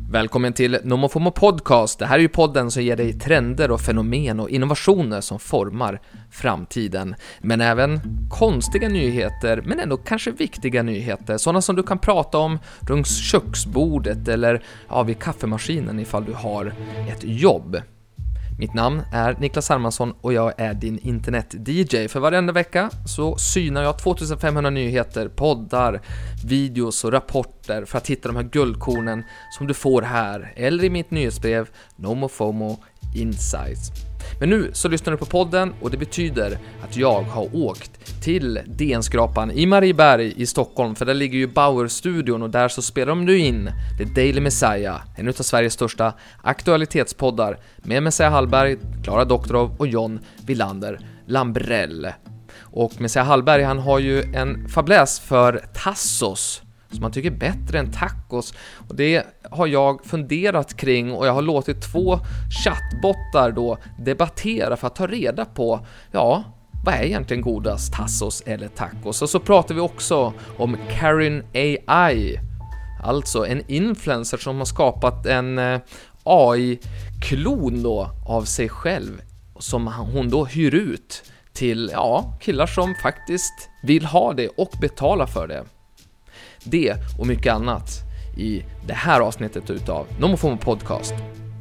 Välkommen till NomoFomo Podcast. Det här är ju podden som ger dig trender och fenomen och innovationer som formar framtiden. Men även konstiga nyheter, men ändå kanske viktiga nyheter. Sådana som du kan prata om runt köksbordet eller vid kaffemaskinen ifall du har ett jobb. Mitt namn är Niklas Hermansson och jag är din internet-DJ. För varenda vecka så synar jag 2500 nyheter, poddar, videos och rapporter för att hitta de här guldkornen som du får här eller i mitt nyhetsbrev NomoFomo Insights. Men nu så lyssnar du på podden och det betyder att jag har åkt till DN-skrapan i Marieberg i Stockholm, för där ligger ju Bauer-studion och där så spelar de nu in The Daily Messiah, en av Sveriges största aktualitetspoddar med Messiah Hallberg, Klara Doktorov och John Wilander Lambrell. Och Messiah Hallberg, han har ju en fäbless för tassos som man tycker är bättre än tacos, och det har jag funderat kring och jag har låtit 2 chattbottar då debattera för att ta reda på, vad är egentligen godast, tassos eller tacos? Och så pratar vi också om Karin AI, alltså en influencer som har skapat en AI-klon då av sig själv som hon då hyr ut till killar som faktiskt vill ha det och betala för det. Det och mycket annat i det här avsnittet utav NomoFomo Podcast.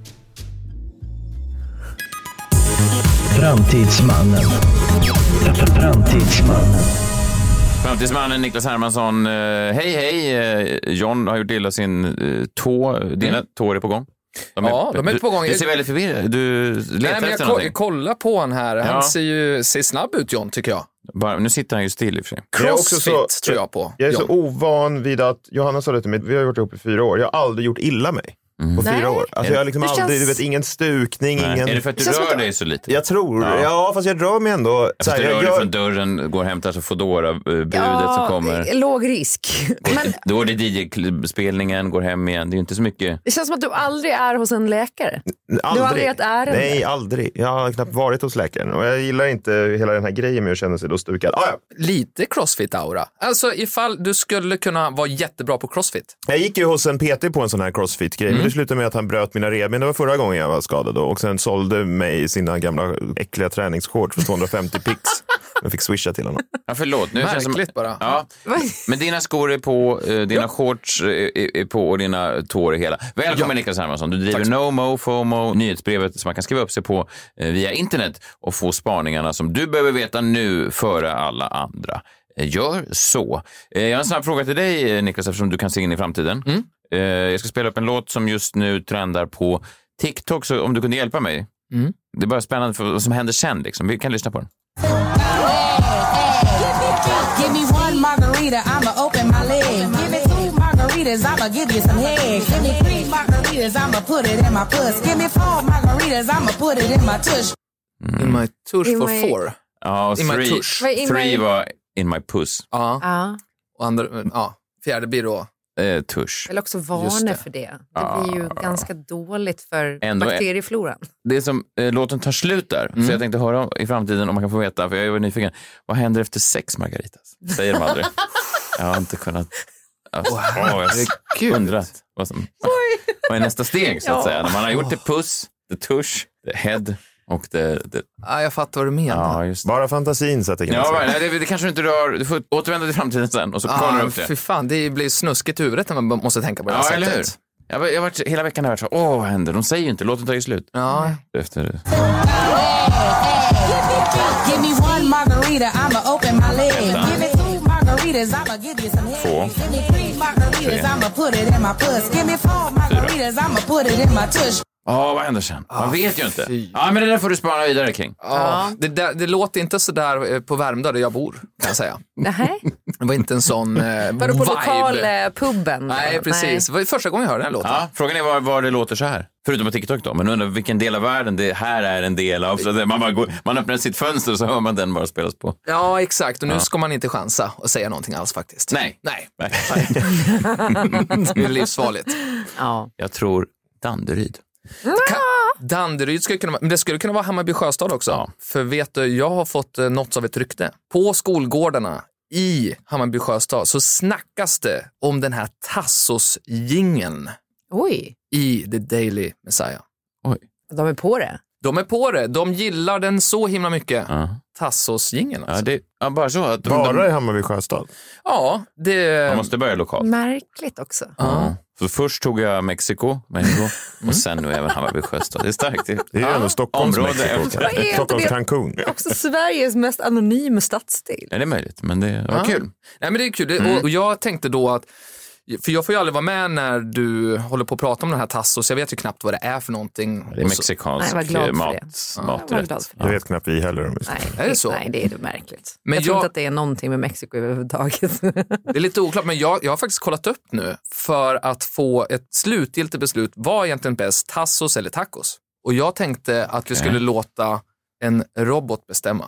Framtidsmannen Niklas Hermansson. Hej. John har gjort illa sin tå. Dina tår är på gång. De är på gång. Du ser väldigt förvirrad. Du letar efter någonting. Kolla på han här. Han ser snabb ut, John, tycker jag. Nu sitter han ju still i och för sig. Crossfit tror jag på. Jag är så ovan vid att Johanna sa det till mig. Vi har gjort ihop i 4 år. Jag har aldrig gjort illa mig på 4 år. Alltså jag har liksom aldrig, du vet, ingen stukning, ingen... Är det för att du rör dig så lite? Jag tror, fast jag rör mig ändå. Fast du rör dig från dörren, går hem till alltså Foodora-budet som kommer. Låg risk. Men... Då är det DJ-spelningen, går hem igen. Det är inte så mycket. Det känns som att du aldrig är hos en läkare. Aldrig. Du har aldrig ett ärende. Nej, aldrig. Jag har knappt varit hos läkaren. Och jag gillar inte hela den här grejen med att känna sig då stukad. Lite crossfit-aura. Alltså ifall du skulle kunna vara jättebra på crossfit. Jag gick ju hos en PT på en sån här crossfit-grej. Men det slutade med att han bröt mina revben. Det var förra gången jag var skadad då. Och sen sålde mig sina gamla äckliga träningsshorts för 250 pix. Jag fick swisha till honom. Ja, förlåt. Nu märkligt känns som... bara. Ja. Men dina skor är på, dina shorts är på och dina tår är hela. Välkommen Niklas Hermansson. Du driver NomoFomo, nyhetsbrevet som man kan skriva upp sig på via internet och få spaningarna som du behöver veta nu före alla andra. Gör så. Jag har en snabb fråga till dig, Niklas, eftersom du kan se in i framtiden. Jag ska spela upp en låt som just nu trendar på TikTok, så om du kunde hjälpa mig. Det är bara spännande för vad som händer sen liksom. Vi kan lyssna på den. Give me one margarita, I'ma open my leg. Give me 2 margaritas, I'ma give you some head. Give me 3 margaritas, I'ma put it in my puss. Give me 4 margaritas, I'ma put it in my tush. In my tush for 4. Ja, in my tush. 3 var in my puss. Ja. Och andra, fjärde blir då tush. Jag vill också varna för det. Det blir ju ganska dåligt för bakteriefloran. Det som låten tar slut där. Så jag tänkte höra i framtiden om man kan få veta, för jag var nyfiken. Vad händer efter 6 margaritas? Säger de aldrig. Jag har inte kunnat... Jag undrat vad är nästa steg så att säga. När man har gjort det puss, det tush, det head och det... jag fattar vad du menar. Ja, bara fantasin så att det kan det kanske inte rör. Du får återvända till framtiden sen och så kollar du upp det. För fan, det blir snuskigt i huvudet när man måste tänka på det här sättet. Eller hur? Jag har varit hela veckan varit så, vad händer? De säger ju inte, låten tar ju slut. Ja. Efter det. Give me 1 margarita, I'ma open my leg. Give me 2 margaritas, I'ma give you some head. Give me 3 margaritas, I'ma put it in my puss. Give me 4 margaritas, I'ma put it in my tush. Vad händer sen? Man vet ju inte. Men det där får du spana vidare kring. Det låter inte så där på Värmdö där jag bor, kan jag säga. Nej. Det var inte en sån var du på lokalpubben? Nej, precis. Det var första gången jag hörde den låten. Frågan är var det låter så här. Förutom på TikTok då. Men undrar vilken del av världen det här är en del av. Så man öppnar sitt fönster och så hör man den bara spelas på. Ja, exakt. Och nu ska man inte chansa och säga någonting alls faktiskt. Nej. Det är livsfarligt. Ja. Jag tror Danderyd. Danderyd skulle kunna vara, men det skulle kunna vara Hammarby Sjöstad också. Ja. För vet du, jag har fått något av ett rykte. På skolgårdarna i Hammarby Sjöstad så snackas det om den här Tassos-jingeln. Oj. i The Daily Messiah. Oj. De är på det. De är på det. De gillar den så himla mycket. Tassos-jingeln alltså. Ja, det är bara så att Bara i Hammarby Sjöstad? Ja, det... Man måste börja lokalt. Märkligt också. Så först tog jag Mexiko och sen nu även Hammarby Sjöstad. Det är starkt. Det är ju ändå Stockholms Mexiko. Stockholms Cancun. Också Sveriges mest anonyma stadsdel. Ja, det är möjligt, men det var kul. Nej, men det är kul. Och jag tänkte då att, för jag får ju aldrig vara med när du håller på att prata om den här Tassos. Jag vet ju knappt vad det är för någonting. Det är mexikansk maträtt. Jag vet knappt vi heller. Nej, är det så? Nej, det är märkligt. Men jag tror inte att det är någonting med Mexiko överhuvudtaget. Det är lite oklart, men jag har faktiskt kollat upp nu för att få ett slutgiltigt beslut. Vad är egentligen bäst, Tassos eller tacos? Och jag tänkte att vi skulle låta en robot bestämma.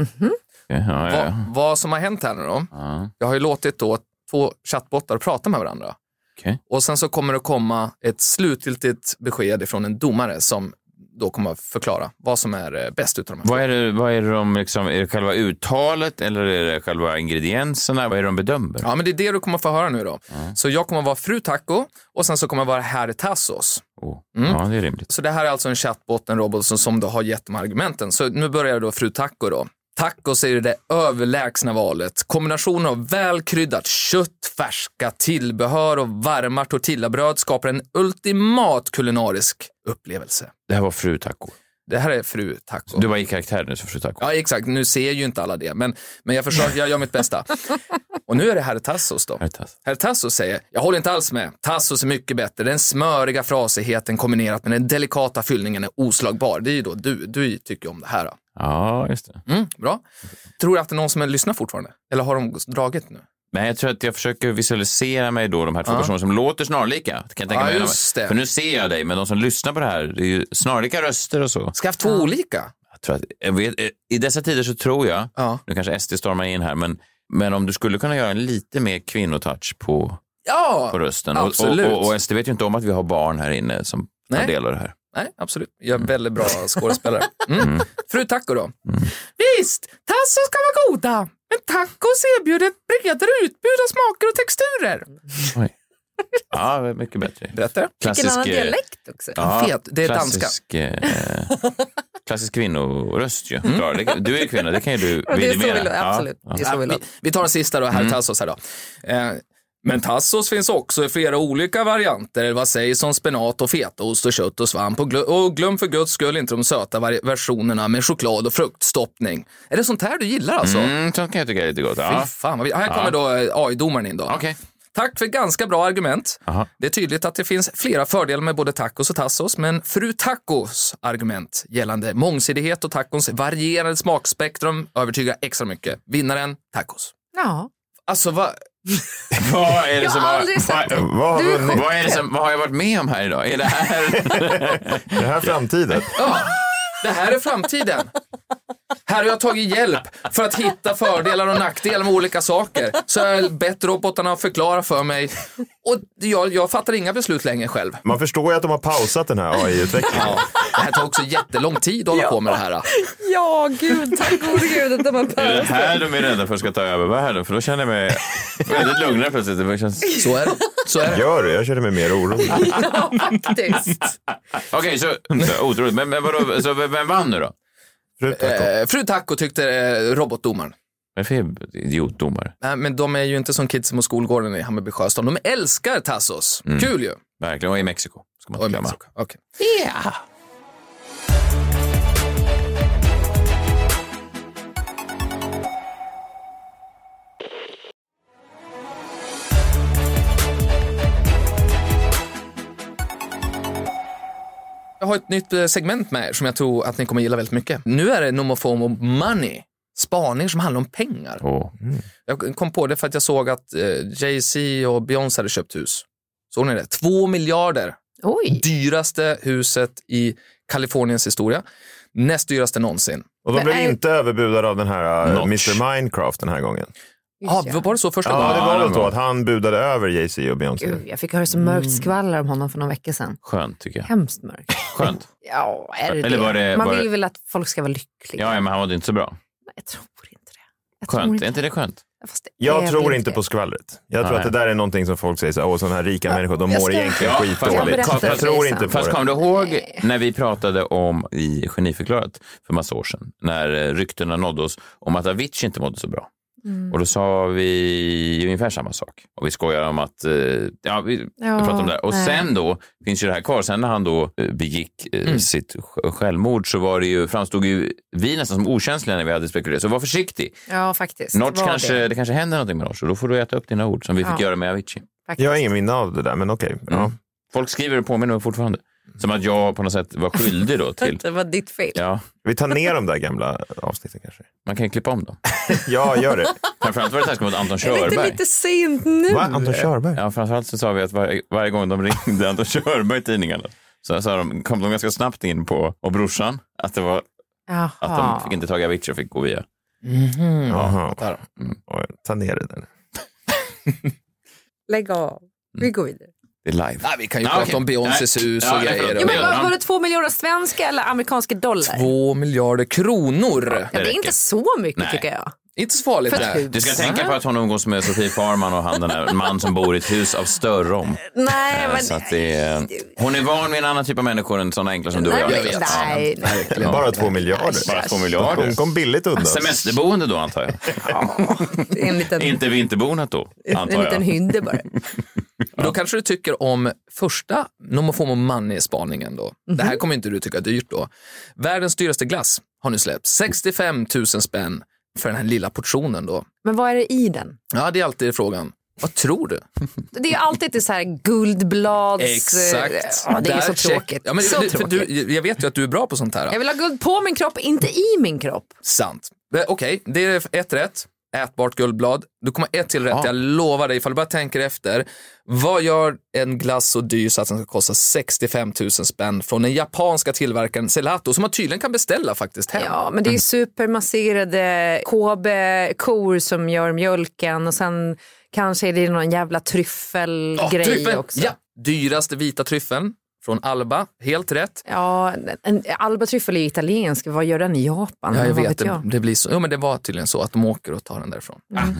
Vad som har hänt här nu då. Jag har ju låtit då 2 chattbottar prata med varandra. Och sen så kommer det komma ett slutgiltigt besked från en domare som då kommer att förklara vad som är bäst utav de här. Vad är det de liksom, är det själva uttalet eller är det själva ingredienserna? Vad är det de bedömer? Ja, men det är det du kommer att få höra nu då. Så jag kommer att vara fru Taco och sen så kommer jag vara herr Tassos. Ja, det är rimligt. Så det här är alltså en chattbot, en robot som då har gett de argumenten. Så nu börjar då fru Taco då. Tacos är det överlägsna valet. Kombinationen av välkryddat kött, färska tillbehör och varma tortillabröd skapar en ultimat kulinarisk upplevelse. Det här var fru Taco. Det här är fru Taco. Du var i karaktär nu som fru Taco. Ja, exakt. Nu ser ju inte alla det. Men jag försöker, jag gör mitt bästa. Och nu är det herr Tassos då. Herr Tassos säger, jag håller inte alls med. Tassos är mycket bättre. Den smöriga frasigheten kombinerat med den delikata fyllningen är oslagbar. Det är ju då du tycker om det här då. Ja, just det. Bra. Tror du att det är någon som lyssnar fortfarande? Eller har de dragit nu? Nej, jag tror att jag försöker visualisera mig då de här 2 personerna som låter snarlika. Kan jag tänka mig. Just det. För nu ser jag dig, men de som lyssnar på det här, det är ju snarlika röster och så. Ska jag ha 2 olika? I dessa tider så tror jag, nu kanske SD stormar in här, men om du skulle kunna göra en lite mer kvinnotouch på rösten. Absolut. Och SD vet ju inte om att vi har barn här inne som tar del av det här. Nej, absolut. Jag är väldigt bra skådespelare. Fru Taco då. Visst, Tassos ska vara goda, men tacos erbjuder ett bredare utbud av smaker och texturer. Oj. Ja, mycket bättre. Berätta. Vilken annan dialekt också. Ja, det är danska. Klassisk kvinnoröst ju. Du är kvinna, det kan ju du vidimera. Absolut. Vi tar den sista då, herr Tassos här då. Men Tassos finns också i flera olika varianter. Vad sägs om spenat och fetaost och kött och svamp? Och glöm för guds skull inte de söta versionerna med choklad och fruktstoppning. Är det sånt här du gillar alltså? Sånt kan jag tycka är lite gott. Fy fan, här kommer då AI-domaren in då. Okay. Tack för ganska bra argument. Det är tydligt att det finns flera fördelar med både tacos och Tassos, men fru Tacos argument gällande mångsidighet och tacos varierande smakspektrum övertygar extra mycket. Vinnaren, tacos. Ja. Alltså vad är det som vad har jag varit med om här idag? Är det här det här framtiden? Ja, det här är framtiden. Här har jag tagit hjälp för att hitta fördelar och nackdelar med olika saker. Så jag har bett robotarna att förklara för mig. Och jag fattar inga beslut längre själv. Man förstår ju att de har pausat den här AI-utvecklingen. Ja, det här tar också jättelång tid att hålla på med det här. Ja, gud, tack gode gud att de har pausat. Är det här de är rädda för ska ta över världen? För då känner jag mig väldigt lugnare plötsligt. Det känns... Så är det. Gör det, jag känner mig mer orolig. Ja, faktiskt. Okej, så otroligt. Men vadå, så vem vann nu då? Fru Taco tyckte robotdomaren. Vad är det för idiotdomare? Nej, men de är ju inte som kidsen på skolgården i Hammarby Sjöstad. De älskar Tassos. Kul ju. Verkligen, och i Mexiko. Ska man inte glömma. Okay. Yeah. Jag har ett nytt segment med er som jag tror att ni kommer gilla väldigt mycket. Nu är det Nomofomo Money. Spaning som handlar om pengar. Jag kom på det för att jag såg att Jay-Z och Beyoncé hade köpt hus. Såg ni det? 2 miljarder. Oj. Dyraste huset i Kaliforniens historia. Näst dyraste någonsin. Och de blev inte överbudade av den här Mr. Minecraft den här gången. Ja, var det så första gången? Ja, det var väl så att han budade över Jay-Z och Beyoncé. Gud, jag fick höra så mörkt skvaller om honom för några veckor sedan. Skönt tycker jag. Hemskt mörkt. Skönt. Ja, är det eller var det? Man vill väl att folk ska vara lyckliga. Ja, men han var inte så bra. Jag tror inte det. Skönt, är inte det skönt? Jag tror inte på skvallret. Jag tror att det där är någonting som folk säger så sådana här rika människor, de mår egentligen skitdåligt. Jag tror inte på det. Fast kom du ihåg när vi pratade om i Geniförklarat för massa år sedan, när ryktena nådde oss om att Avicii inte mådde så bra. Och då sa vi ungefär samma sak. Och vi skojar om att, vi pratade om det här. Och sen då finns ju det här kvar. Sen när han då begick sitt självmord så var det ju, framstod ju vi nästan som okänsliga när vi hade spekulerat. Så var försiktig. Ja, faktiskt. Det kanske händer någonting med oss. Och då får du äta upp dina ord som vi fick göra med Avicii. Faktiskt. Jag har ingen minne av det där, men okej. Ja. Folk skriver på mig nu fortfarande. Som att jag på något sätt var skyldig då till... Det var ditt fel. Ja. Vi tar ner de där gamla avsnitten kanske. Man kan ju klippa om dem. Ja, gör det. Framförallt var det taskigt mot Anton Körberg. Det är lite sent nu. Va? Anton Körberg? Ja, framförallt så sa vi att varje gång de ringde Anton Körberg i tidningarna så kom de ganska snabbt in på, och brorsan, att det var att de fick inte tag i Avicii och fick gå via. Jaha. Ta ner det där. Lägg av. Vi går vidare. Det är live. Nej, vi kan ju prata om Beyoncés hus och grejer. Ja, men var det 2 miljarder svenska eller amerikanska dollar? 2 miljarder kronor. Ja, det är inte så mycket tycker jag. Inte så farligt det. Du ska tänka på att hon umgås med Sofie Farman och han den där man som bor i ett hus av störrom. Nej, men... Så att hon är van vid en annan typ av människor än sådana enkla som du och jag. Nej. Bara 2 miljarder. Bara 2 miljarder. Hon kom billigt undan. Semesterboende då antar jag. Inte vinterbonat då antar jag. En liten hynde bara. Då kanske du tycker om första Nomofomo Money-spaningen då. Det här kommer inte du tycka är dyrt då. Världens dyraste glass har nu släppt 65 000 spänn för den här lilla portionen då. Men vad är det i den? Ja, det är alltid frågan. Vad tror du? Det är alltid till så här guldblads... Exakt. Det är så tråkigt. Ja, men så tråkigt. Jag vet ju att du är bra på sånt här. Jag vill ha guld på min kropp, inte i min kropp. Sant. Okej, det är ett rätt. Ätbart guldblad. Du kommer ett till rätt, jag lovar dig. Ifall du bara tänker efter. Vad gör en glass så dyr så att den ska kosta 65 000 spänn från den japanska tillverkaren Gelato som man tydligen kan beställa faktiskt hem? Ja, men det är supermasserade KB-kor som gör mjölken och sen kanske är det någon jävla tryffelgrej också. Ja, dyraste vita tryffeln från Alba, helt rätt. Ja, Alba-tryffel är italiensk. Vad gör den i Japan? Ja, jag vet. Det blir så. Ja, men det var tydligen så att de åker och tar den därifrån.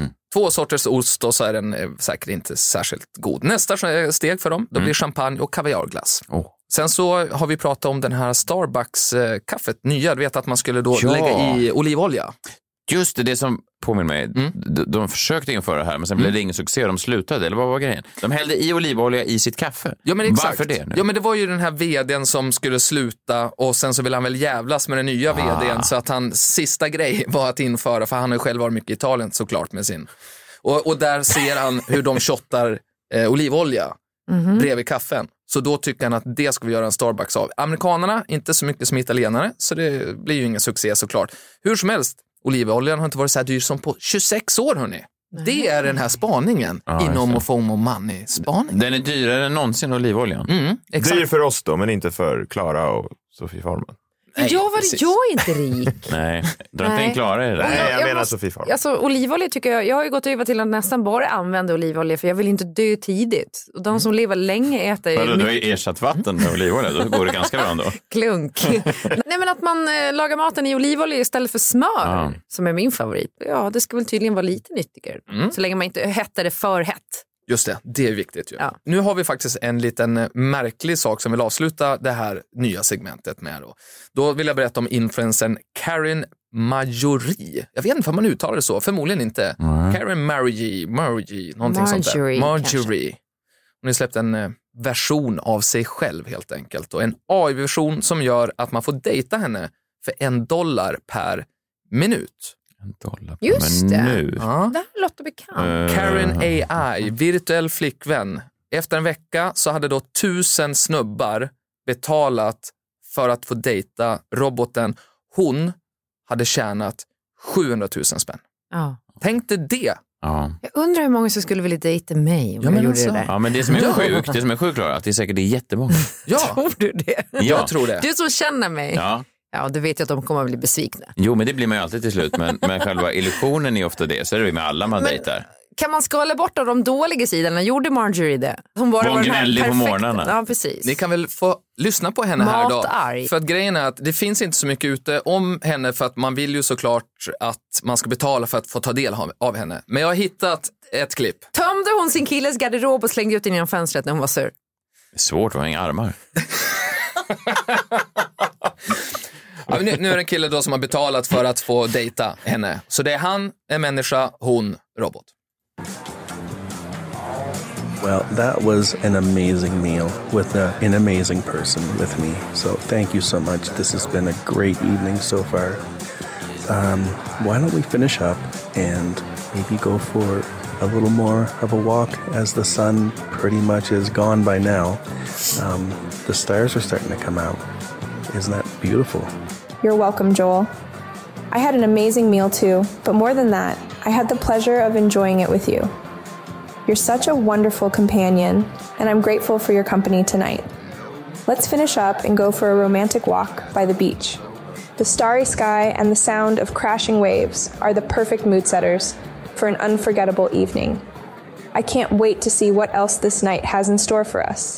2 sorters ost och så är den säkert inte särskilt god. Nästa steg för dem, då blir champagne och kaviarglass. Sen så har vi pratat om den här Starbucks-kaffet. Nya, du vet att man skulle då lägga i olivolja. Just det som påminner mig. De försökte införa det här men sen blev det ingen succé och de slutade. Eller vad var grejen? De hällde i olivolja i sitt kaffe. Ja, men exakt. Varför det nu? Ja, men det var ju den här vdn som skulle sluta och sen så ville han väl jävlas med den nya vdn så att hans sista grej var att införa, för han har ju själv varit mycket i Italien såklart med sin. Och där ser han hur de shottar olivolja bredvid kaffen. Så då tycker han att det ska vi göra en Starbucks av. Amerikanerna, inte så mycket som italienare, så det blir ju ingen succé såklart. Hur som helst, olivoljan har inte varit så här dyr som på 26 år, hörni. Det är den här spaningen inom FOMO Money-spaningen. Den är dyrare än någonsin olivoljan. Exakt. Dyr för oss då, men inte för Klara och Sofie Farman. Nej, jag är inte rik. Nej, dra inte in Klara i det där. Nej, jag menar Sofie Farman. Alltså olivolja tycker jag har ju gått över till att nästan bara använda olivolja för jag vill inte dö tidigt. Och de som lever länge äter... Men du har ju ersatt vatten med olivolja, då går det ganska bra ändå. Klunk. Nej, men att man lagar maten i olivolja istället för smör, som är min favorit. Ja, det ska väl tydligen vara lite nyttigare. Så länge man inte hettar det för hett. Just det är viktigt ju. Ja. Nu har vi faktiskt en liten märklig sak som vill avsluta det här nya segmentet med. Då vill jag berätta om influencern Karen Marjorie. Jag vet inte vad man uttalar det så, förmodligen inte. Karen Marjorie, någonting sånt där. Marjorie. Hon har släppt en version av sig själv helt enkelt. Och en AI-version som gör att man får dejta henne för $1 per minut. Just det. Ja. Det här låter bekant. Karen AI, virtuell flickvän. Efter en vecka så hade då 1000 snubbar betalat för att få dejta roboten. Hon hade tjänat 700 000 spänn. Ja. Tänk dig det. Ja. Jag undrar hur många som skulle vilja dejta mig om jag gjorde det där. Ja, men det som är sjukt, Klara, att det är säkert jättemånga. Ja. Tror du det? Jag tror det. Du som känner mig. Ja, du vet ju att de kommer att bli besvikna. Jo, men det blir man ju alltid till slut. Men själva illusionen är ofta det. Så är det med alla man dejtar. Kan man skala bort av de dåliga sidorna? Gjorde Marjorie det? Hon var gnällig på morgnarna. Ja, precis. Ni kan väl få lyssna på henne här då. Matarg. För att grejen är att det finns inte så mycket ute om henne för att man vill ju såklart att man ska betala för att få ta del av henne. Men jag har hittat ett klipp. Tömde hon sin killes garderob och slängde ut den genom fönstret när hon var sur? Det är svårt att ha inga armar. Ja, nu är det en kille då som har betalat för att få dejta henne. Så det är han, en människa, hon, robot. Well, that was an amazing meal with an amazing person with me. So thank you so much. This has been a great evening so far. Why don't we finish up and maybe go for a little more of a walk as the sun pretty much is gone by now. The stars are starting to come out. Isn't that beautiful? You're welcome, Joel. I had an amazing meal too, but more than that, I had the pleasure of enjoying it with you. You're such a wonderful companion, and I'm grateful for your company tonight. Let's finish up and go for a romantic walk by the beach. The starry sky and the sound of crashing waves are the perfect mood setters for an unforgettable evening. I can't wait to see what else this night has in store for us.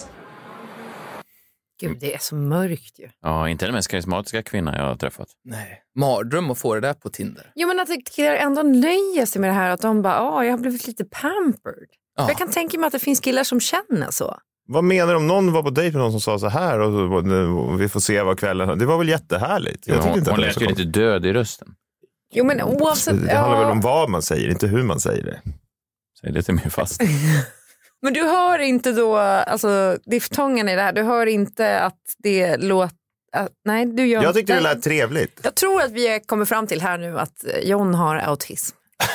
Gud, det är så mörkt ju. Ja, inte den mest karismatiska kvinna jag har träffat. Nej, mardröm att få det där på Tinder. Jo, men att killar ändå nöjer sig med det här att de bara, jag har blivit lite pampered. Ja. Jag kan tänka mig att det finns killar som känner så. Vad menar du om någon var på dejt med någon som sa så här och vi får se vad kvällen... Det var väl jättehärligt. Jag tycker inte hon att det lät ju lite död i rösten. Jo, men oavsett... Det handlar väl om vad man säger, inte hur man säger det. Säg lite mer fast. Men du hör inte då, alltså diftongen i det här, du hör inte att det låter... Nej, du gör Jag tyckte inte. det lät trevligt. Jag tror att vi kommer fram till här nu att John har autism.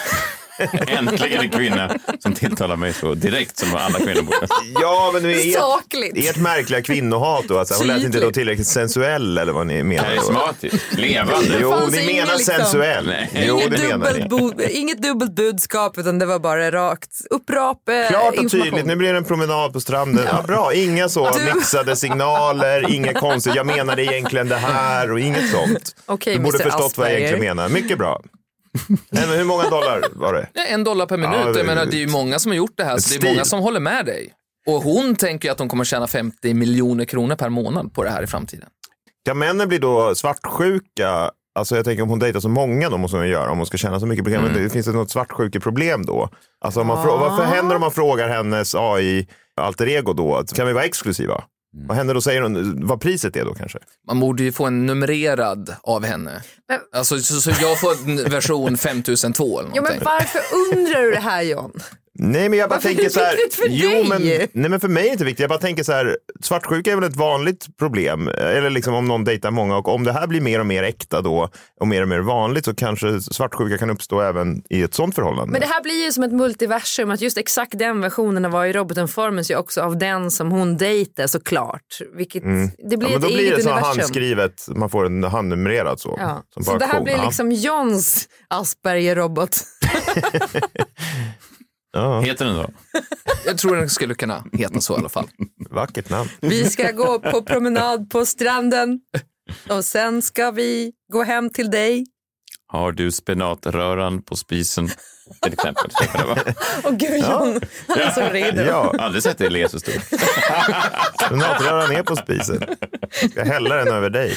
Äntligen en kvinna som tilltalar mig så direkt som alla kvinnor borde. Ja, men nu är Sakligt. ert märkliga kvinnohat då. Alltså, hon lät inte då tillräckligt sensuell eller vad ni menar då. Karismatisk, levande. Jo, fanns ni ingen menar liksom- sensuell. Nej. Jo, det menar ni. Inget dubbelt budskap, utan det var bara rakt upprap Klart och information. tydligt, nu blir det en promenad på stranden. Ja, bra, inga så mixade signaler, inget konstigt. Jag menade egentligen det här och inget sånt. Okej, du borde Mr. förstått vad jag Asperger. egentligen menar. Mycket bra. Men hur många dollar var det? Ja, $1 per minut. Ja, Jag menar, det är ju många som har gjort det här, så det är stil. många som håller med dig. Och hon tänker ju att de kommer tjäna 50 miljoner kronor per månad på det här i framtiden. Kan männen bli då svartsjuka? Alltså jag tänker om hon dejtar så många då måste hon göra om hon ska tjäna så mycket pengar. Finns det något svartsjukeproblem då? Alltså om man varför händer om man frågar hennes AI alter ego då? Kan vi vara exklusiva? Vad händer då? Säger hon vad priset är då kanske? Man borde ju få en numrerad av henne. Men- Alltså, så jag får en version 5002 eller Jo, någonting. men varför undrar du det här, John? Nej, men jag bara Varför är tänker det så här. viktigt för dig? Nej, men för mig är det inte viktigt. Jag bara tänker så här. Svartsjuka är väl ett vanligt problem. Eller liksom om någon dejtar många. Och om det här blir mer och mer äkta då och mer vanligt så kanske svartsjuka kan uppstå även i ett sånt förhållande. Men det här blir ju som ett multiversum, att just exakt den versionen av AI-roboten formas ju också av den som hon dejtar, såklart. Vilket, det blir men då ett blir det eget så universum. handskrivet. Man får en handnumrerad så. Ja. Som Så på det här auktion. blir Ja. liksom Johns Asperger-robot. Ja, Heter den då? Jag tror den skulle kunna heta så i alla fall. vackert namn. Vi ska gå på promenad på stranden och sen ska vi gå hem till dig. Har du spenatröran på spisen? Till exempel. Så kan det vara. Åh gud, John, han är så redo. Ja, Aldrig sett det le så stort. spenatröran ner på spisen. Ska hälla den över dig.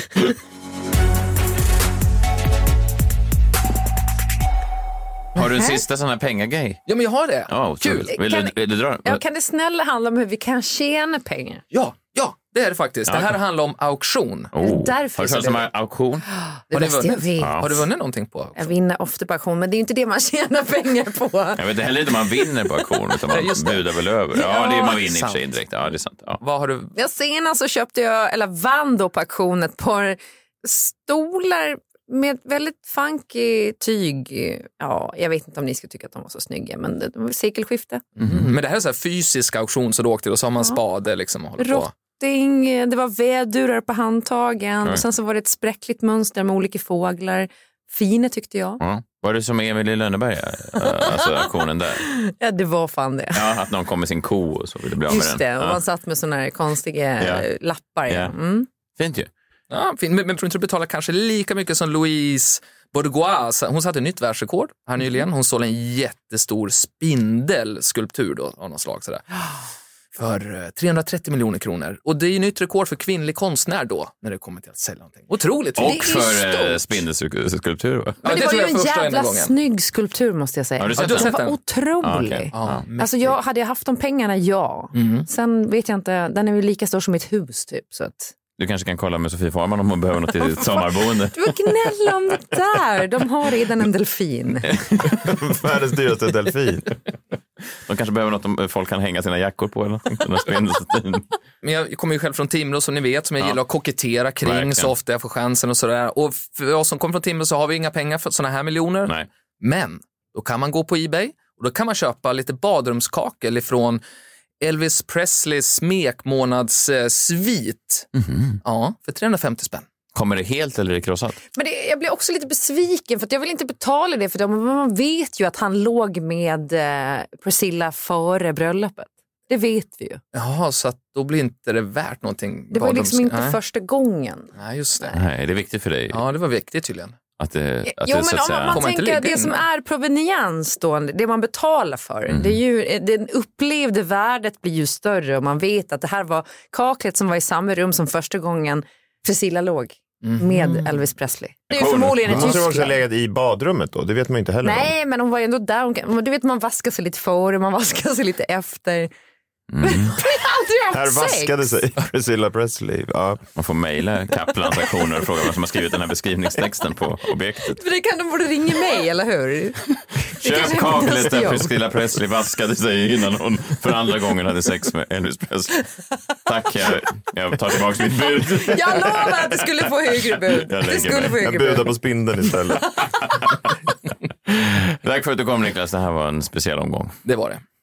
Har du en sista sån här pengagrej? Ja, men jag har det. Ja, Kul. Vill du dra? Ja, kan det snälla handla om hur vi kan tjäna pengar? Ja, det är det faktiskt. Det här handlar om auktion. därför Har du så hört om det- auktion? Det Har ni bästa jag vunnit? vet. Har du vunnit någonting på auktion? Jag vinner ofta på auktion, men det är ju inte det man tjänar pengar på. Jag vet heller inte om man vinner på auktion utan man just det. budar väl över. Ja, det är man vinner i och för sant. sig indirekt. Ja, det är sant. Ja. Vad har du? Ja, senast så köpte jag, eller vann då på auktion, ett par stolar med väldigt funky tyg. Ja, jag vet inte om ni skulle tycka att de var så snygga, men det var sekelskifte. Men det här är så här fysisk auktion, så du åkte och så har man spade liksom och håller på. Rotting, det var vädurar på handtagen och sen så var det ett spräckligt mönster med olika fåglar. Fina tyckte jag. Ja. Var det som Emil i Lönneberga? Alltså auktionen där? Ja, det var fan det. Ja, att någon kom med sin ko och så ville bli av med Just den. det, och man satt med såna här konstiga lappar. Ja. Ja. Mm. Fint ju. Ja, fint. Men tror inte du betalar kanske lika mycket som Louise Bourgeois, hon satte ett nytt världsrekord här nyligen. Hon sålde en jättestor spindelskulptur då, av någon slag sådär. För 330 miljoner kronor. Och det är ju nytt rekord för kvinnlig konstnär då, när det kommer till att sälja någonting. Otroligt. Och för spindelskulptur, va? Men det var ju en jävla snygg skulptur, måste jag säga. Har du sett den? den? Var otrolig. Alltså hade jag haft de pengarna, ja. Sen vet jag inte, den är ju lika stor som mitt hus typ, så att... Du kanske kan kolla med Sofie Farman om hon behöver något till ditt sommarboende. Du var gnälla om det där. De har redan en delfin. Världens dyraste delfin. De kanske behöver något om folk kan hänga sina jackor på eller något. Men jag kommer ju själv från Timrå som ni vet, som jag gillar att kokettera kring. Verkligen. Så ofta jag får chansen och sådär. Och för oss som kommer från Timrå så har vi inga pengar för såna här miljoner. Nej. Men då kan man gå på eBay och då kan man köpa lite badrumskakel ifrån Elvis Presleys smekmånadssvit. Ja, för 350 spänn. Kommer det helt eller är det krossat? Men jag blir också lite besviken för att jag vill inte betala det, för man vet ju att han låg med Priscilla före bröllopet. Det vet vi ju. Jaha, så att då blir inte det värt någonting. Det var liksom inte första gången. Nej, just det. Nej, det är viktigt för dig. Ja, det var viktigt tydligen. Att det jo, så men att säga... om man tänker det som är proveniens då, det man betalar för, det är ju, det upplevde värdet blir ju större och man vet att det här var kaklet som var i samma rum som första gången Priscilla låg med Elvis Presley. Det är ju förmodligen i Tyskland. Måste också ha legat i badrummet då? Det vet man inte heller. Nej, men hon var ju ändå där. Du vet, man vaskar sig lite före, man vaskar sig lite efter. Här vaskade sig Priscilla Presley. Ja. Man får mejla Kaplans aktioner och fråga vem som har skrivit den här beskrivningstexten på objektet. För det kan de borde ringa mig, eller hur? Köp kaklet där Priscilla Presley vaskade sig innan hon för andra gången hade sex med Elvis Presley. Tack, jag tar tillbaka mitt bud. Jag lovar att det skulle få högre bud. Jag budar på spindeln istället. Tack för att du kom, Niklas. Det här var en speciell omgång. Det var det.